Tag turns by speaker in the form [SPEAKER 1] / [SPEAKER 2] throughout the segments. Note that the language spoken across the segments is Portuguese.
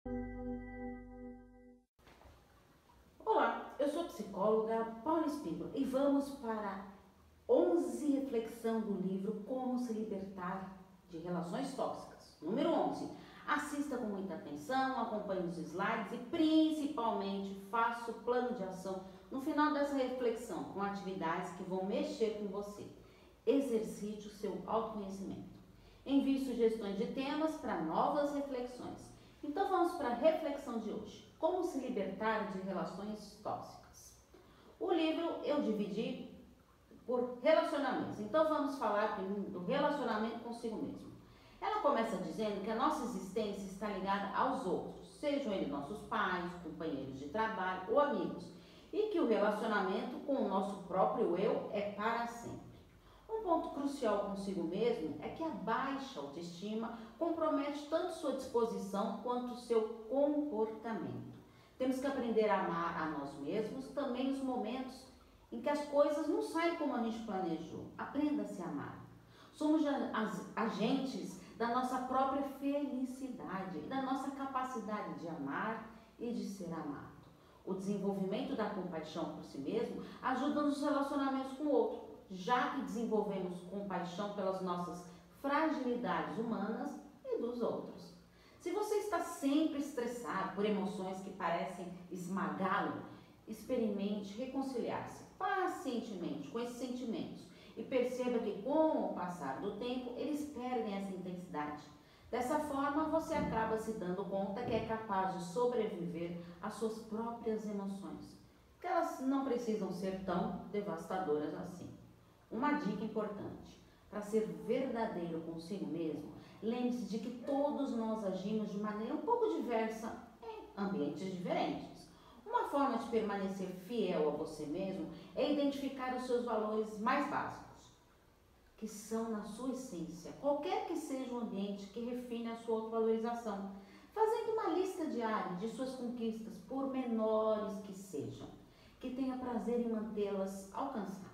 [SPEAKER 1] Olá, eu sou a psicóloga Paula Espíndola e vamos para 11 reflexão do livro Como se libertar de relações tóxicas. Número 11. Assista com muita atenção, acompanhe os slides e principalmente faça o plano de ação no final dessa reflexão com atividades que vão mexer com você. Exercite o seu autoconhecimento. Envie sugestões de temas para novas reflexões. Então vamos para a reflexão de hoje. Como se libertar de relações tóxicas. O livro eu dividi por relacionamentos. Então vamos falar do relacionamento consigo mesmo. Ela começa dizendo que a nossa existência está ligada aos outros, sejam eles nossos pais, companheiros de trabalho ou amigos, e que o relacionamento com o nosso próprio eu é para sempre. Um ponto crucial consigo mesmo é que a baixa autoestima compromete tanto sua disposição quanto seu comportamento. Temos que aprender a amar a nós mesmos também nos momentos em que as coisas não saem como a gente planejou. Aprenda a se amar. Somos agentes da nossa própria felicidade e da nossa capacidade de amar e de ser amado. O desenvolvimento da compaixão por si mesmo ajuda nos relacionamentos com o outro, já que desenvolvemos compaixão pelas nossas fragilidades humanas e dos outros. Se você está sempre estressado por emoções que parecem esmagá-lo, experimente reconciliar-se pacientemente com esses sentimentos e perceba que com o passar do tempo eles perdem essa intensidade. Dessa forma, você acaba se dando conta que é capaz de sobreviver às suas próprias emoções, que elas não precisam ser tão devastadoras assim. Uma dica importante: para ser verdadeiro consigo mesmo, lembre-se de que todos nós agimos de maneira um pouco diversa em ambientes diferentes. Uma forma de permanecer fiel a você mesmo é identificar os seus valores mais básicos, que são na sua essência, qualquer que seja o ambiente que refine a sua autovalorização, fazendo uma lista diária de suas conquistas, por menores que sejam, que tenha prazer em mantê-las alcançadas.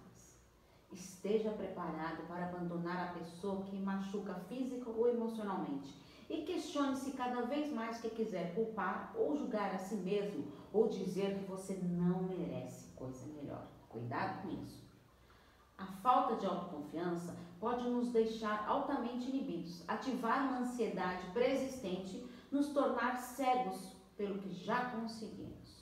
[SPEAKER 1] Esteja preparado para abandonar a pessoa que machuca física ou emocionalmente e questione-se cada vez mais que quiser culpar ou julgar a si mesmo ou dizer que você não merece coisa melhor. Cuidado com isso. A falta de autoconfiança pode nos deixar altamente inibidos, ativar uma ansiedade persistente, nos tornar cegos pelo que já conseguimos.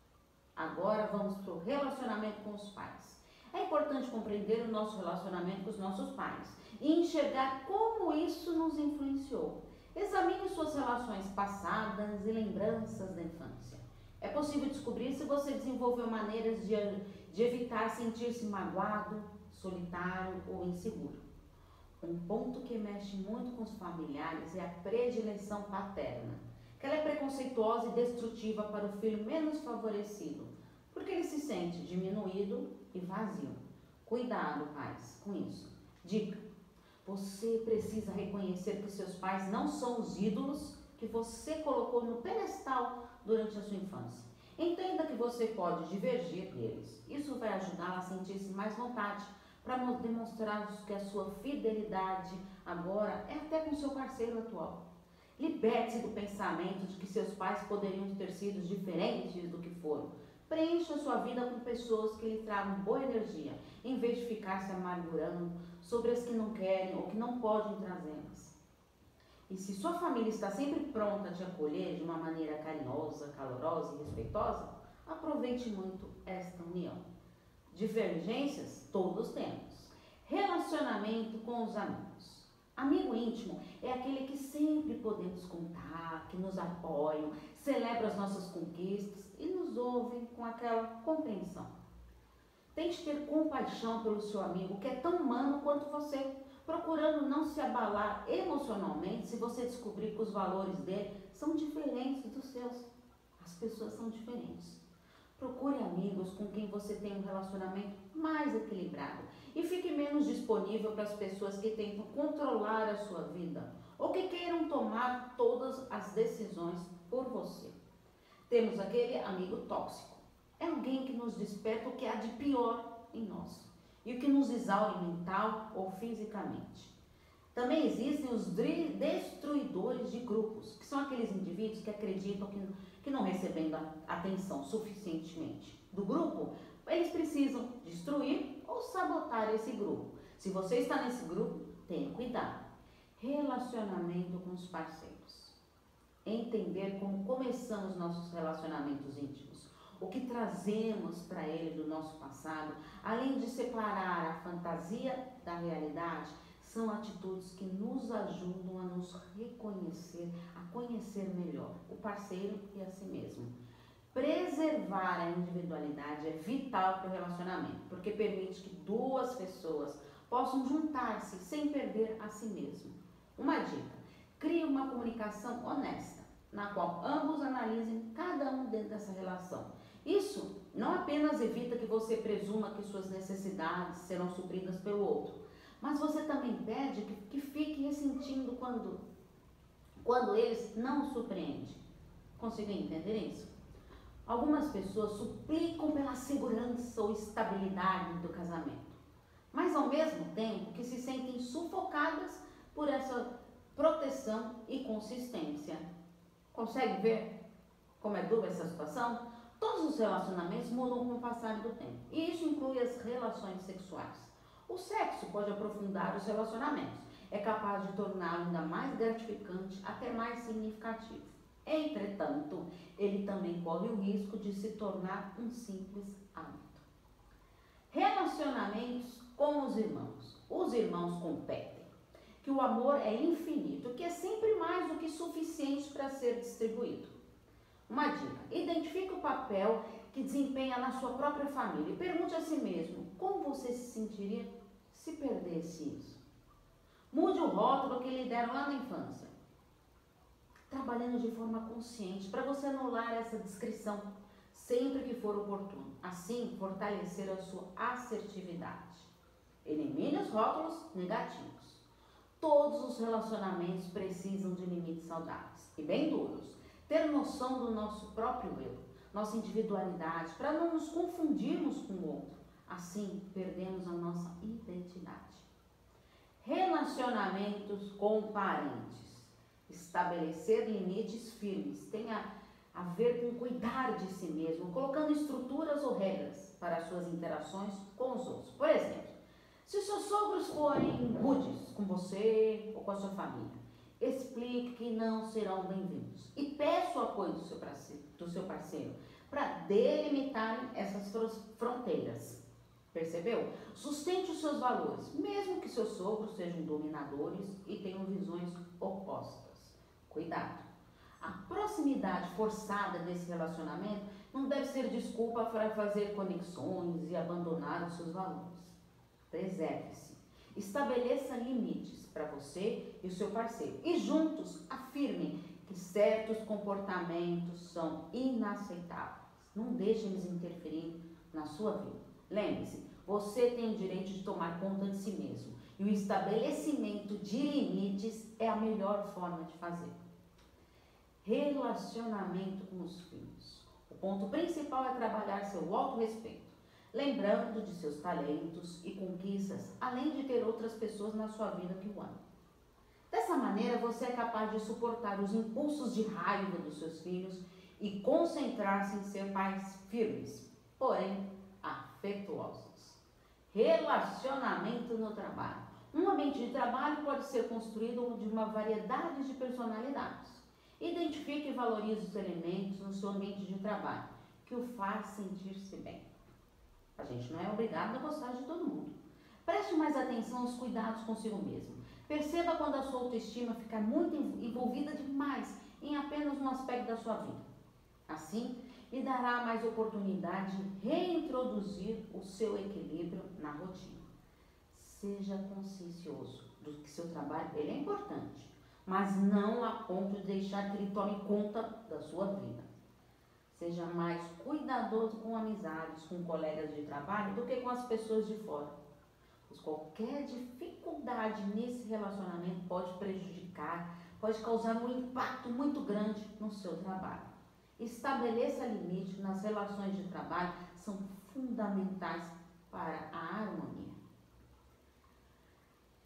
[SPEAKER 1] Agora vamos para o relacionamento com os pais. É importante compreender o nosso relacionamento com os nossos pais e enxergar como isso nos influenciou. Examine suas relações passadas e lembranças da infância. É possível descobrir se você desenvolveu maneiras de evitar sentir-se magoado, solitário ou inseguro. Um ponto que mexe muito com os familiares é a predileção paterna, que ela é preconceituosa e destrutiva para o filho menos favorecido, porque ele se sente diminuído e vazio. Cuidado, pais, com isso. Dica: você precisa reconhecer que seus pais não são os ídolos que você colocou no pedestal durante a sua infância. Entenda que você pode divergir deles. Isso vai ajudá-la a sentir-se mais vontade para demonstrar que a sua fidelidade agora é até com seu parceiro atual. Liberte-se do pensamento de que seus pais poderiam ter sido diferentes do que foram. Preencha sua vida com pessoas que lhe tragam boa energia, em vez de ficar se amargurando sobre as que não querem ou que não podem trazê-las. E se sua família está sempre pronta a te acolher de uma maneira carinhosa, calorosa e respeitosa, aproveite muito esta união. Divergências todos temos. Relacionamento com os amigos. Amigo íntimo é aquele que sempre podemos contar, que nos apoiam, celebra as nossas conquistas e nos ouvem com aquela compreensão. Tente ter compaixão pelo seu amigo, que é tão humano quanto você, procurando não se abalar emocionalmente se você descobrir que os valores dele são diferentes dos seus. As pessoas são diferentes. Procure amigos com quem você tem um relacionamento mais equilibrado e fique menos disponível para as pessoas que tentam controlar a sua vida ou que queiram tomar todas as decisões por você. Temos aquele amigo tóxico. É alguém que nos desperta o que há de pior em nós e o que nos exaure mental ou fisicamente. Também existem os destruidores de grupos, que são aqueles indivíduos que acreditam que não recebendo atenção suficientemente do grupo, eles precisam destruir ou sabotar esse grupo. Se você está nesse grupo, tenha cuidado. Relacionamento com os parceiros. Entender como começamos nossos relacionamentos íntimos. O que trazemos para ele do nosso passado, além de separar a fantasia da realidade, são atitudes que nos ajudam a nos reconhecer, a conhecer melhor o parceiro e a si mesmo. Preservar a individualidade é vital para o relacionamento, porque permite que duas pessoas possam juntar-se sem perder a si mesmo. Uma dica: crie uma comunicação honesta, na qual ambos analisem cada um dentro dessa relação. Isso não apenas evita que você presuma que suas necessidades serão supridas pelo outro, mas você também pede que fique ressentindo quando eles não o surpreendem. Conseguiu entender isso? Algumas pessoas suplicam pela segurança ou estabilidade do casamento, mas ao mesmo tempo que se sentem sufocadas por essa proteção e consistência. Consegue ver como é dura essa situação? Todos os relacionamentos mudam com o passar do tempo, e isso inclui as relações sexuais. O sexo pode aprofundar os relacionamentos, é capaz de torná-lo ainda mais gratificante, até mais significativo. Entretanto, ele também corre o risco de se tornar um simples hábito. Relacionamentos com os irmãos. Os irmãos competem, que o amor é infinito, que é sempre mais do que suficiente para ser distribuído. Uma dica: identifique o papel que desempenha na sua própria família e pergunte a si mesmo como você se sentiria se perdesse isso. Mude o rótulo que lhe deram lá na infância, trabalhando de forma consciente para você anular essa descrição sempre que for oportuno, assim fortalecer a sua assertividade. Elimine os rótulos negativos. Todos os relacionamentos precisam de limites saudáveis e bem duros. Ter noção do nosso próprio eu, nossa individualidade, para não nos confundirmos com o outro. Assim, perdemos a nossa identidade. Relacionamentos com parentes. Estabelecer limites firmes tem a ver com cuidar de si mesmo, colocando estruturas ou regras para as suas interações com os outros. Por exemplo, se os seus sogros forem rudes com você ou com a sua família, explique que não serão bem-vindos e peça o apoio do seu parceiro para delimitarem essas fronteiras. Percebeu? Sustente os seus valores, mesmo que seus sogros sejam dominadores e tenham visões opostas. Cuidado! A proximidade forçada desse relacionamento não deve ser desculpa para fazer conexões e abandonar os seus valores. Preserve-se. Estabeleça limites para você e o seu parceiro. E juntos afirmem que certos comportamentos são inaceitáveis. Não deixe eles interferir na sua vida. Lembre-se, você tem o direito de tomar conta de si mesmo. E o estabelecimento de limites é a melhor forma de fazer. Relacionamento com os filhos. O ponto principal é trabalhar seu autorrespeito, lembrando de seus talentos e conquistas, além de ter outras pessoas na sua vida que o amam. Dessa maneira, você é capaz de suportar os impulsos de raiva dos seus filhos e concentrar-se em ser pais firmes, porém afetuosos. Relacionamento no trabalho. Um ambiente de trabalho pode ser construído de uma variedade de personalidades. Identifique e valorize os elementos no seu ambiente de trabalho que o faz sentir-se bem. A gente não é obrigado a gostar de todo mundo. Preste mais atenção aos cuidados consigo mesmo. Perceba quando a sua autoestima ficar muito envolvida demais em apenas um aspecto da sua vida. Assim, lhe dará mais oportunidade de reintroduzir o seu equilíbrio na rotina. Seja consciencioso do que seu trabalho ele é importante, mas não a ponto de deixar que ele tome conta da sua vida. Seja mais cuidadoso com amizades, com colegas de trabalho, do que com as pessoas de fora. Pois qualquer dificuldade nesse relacionamento pode prejudicar, pode causar um impacto muito grande no seu trabalho. Estabeleça limites nas relações de trabalho, são fundamentais para a harmonia.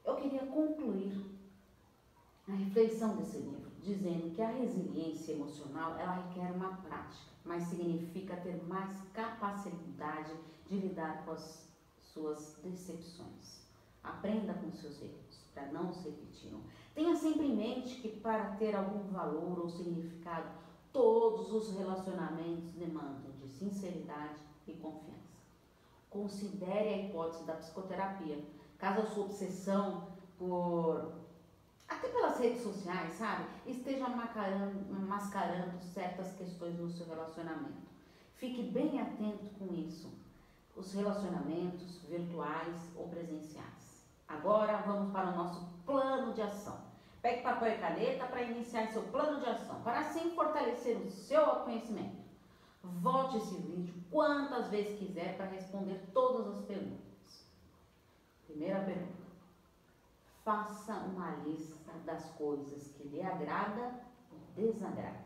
[SPEAKER 1] Eu queria concluir a reflexão desse livro dizendo que a resiliência emocional, ela requer uma prática, mas significa ter mais capacidade de lidar com as suas decepções. Aprenda com seus erros, para não se repetirem. Tenha sempre em mente que para ter algum valor ou significado, todos os relacionamentos demandam de sinceridade e confiança. Considere a hipótese da psicoterapia, caso a sua obsessão até pelas redes sociais, sabe, esteja mascarando certas questões no seu relacionamento. Fique bem atento com isso. Os relacionamentos virtuais ou presenciais. Agora vamos para o nosso plano de ação. Pegue papel e caneta para iniciar seu plano de ação, para assim fortalecer o seu autoconhecimento. Volte esse vídeo quantas vezes quiser para responder todas as perguntas. Primeira pergunta. Faça uma lista das coisas que lhe agrada ou desagrada.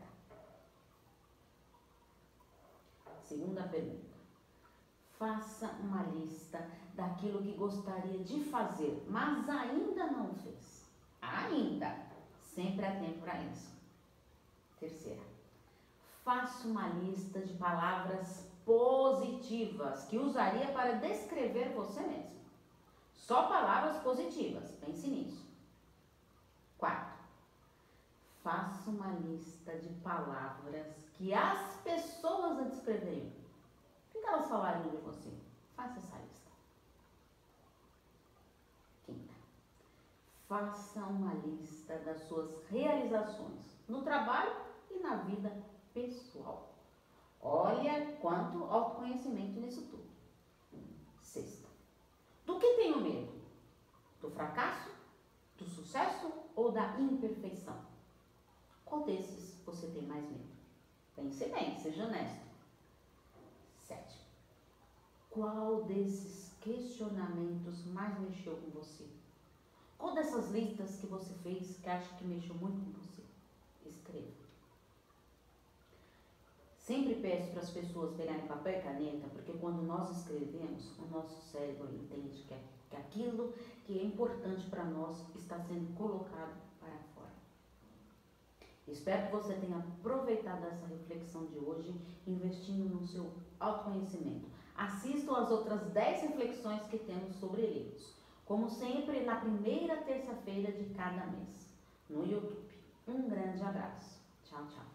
[SPEAKER 1] Segunda pergunta. Faça uma lista daquilo que gostaria de fazer, mas ainda não fez. Ainda. Sempre há tempo para isso. Terceira. Faça uma lista de palavras positivas que usaria para descrever você mesmo. Só palavras positivas. Pense nisso. 4. Faça uma lista de palavras que as pessoas a descreveriam. O que elas falariam de você? Faça essa lista. 5. Faça uma lista das suas realizações no trabalho e na vida pessoal. Olha quanto autoconhecimento nisso tudo. 6. Do que tenho medo? Do fracasso? Do sucesso ou da imperfeição? Qual desses você tem mais medo? Pense bem, seja honesto. 7. Qual desses questionamentos mais mexeu com você? Qual dessas listas que você fez que acha que mexeu muito com você? Escreva. Sempre peço para as pessoas pegarem papel e caneta, porque quando nós escrevemos, o nosso cérebro entende que aquilo que é importante para nós está sendo colocado para fora. Espero que você tenha aproveitado essa reflexão de hoje, investindo no seu autoconhecimento. Assistam as outras 10 reflexões que temos sobre livros, como sempre na primeira terça-feira de cada mês, no YouTube. Um grande abraço. Tchau, tchau.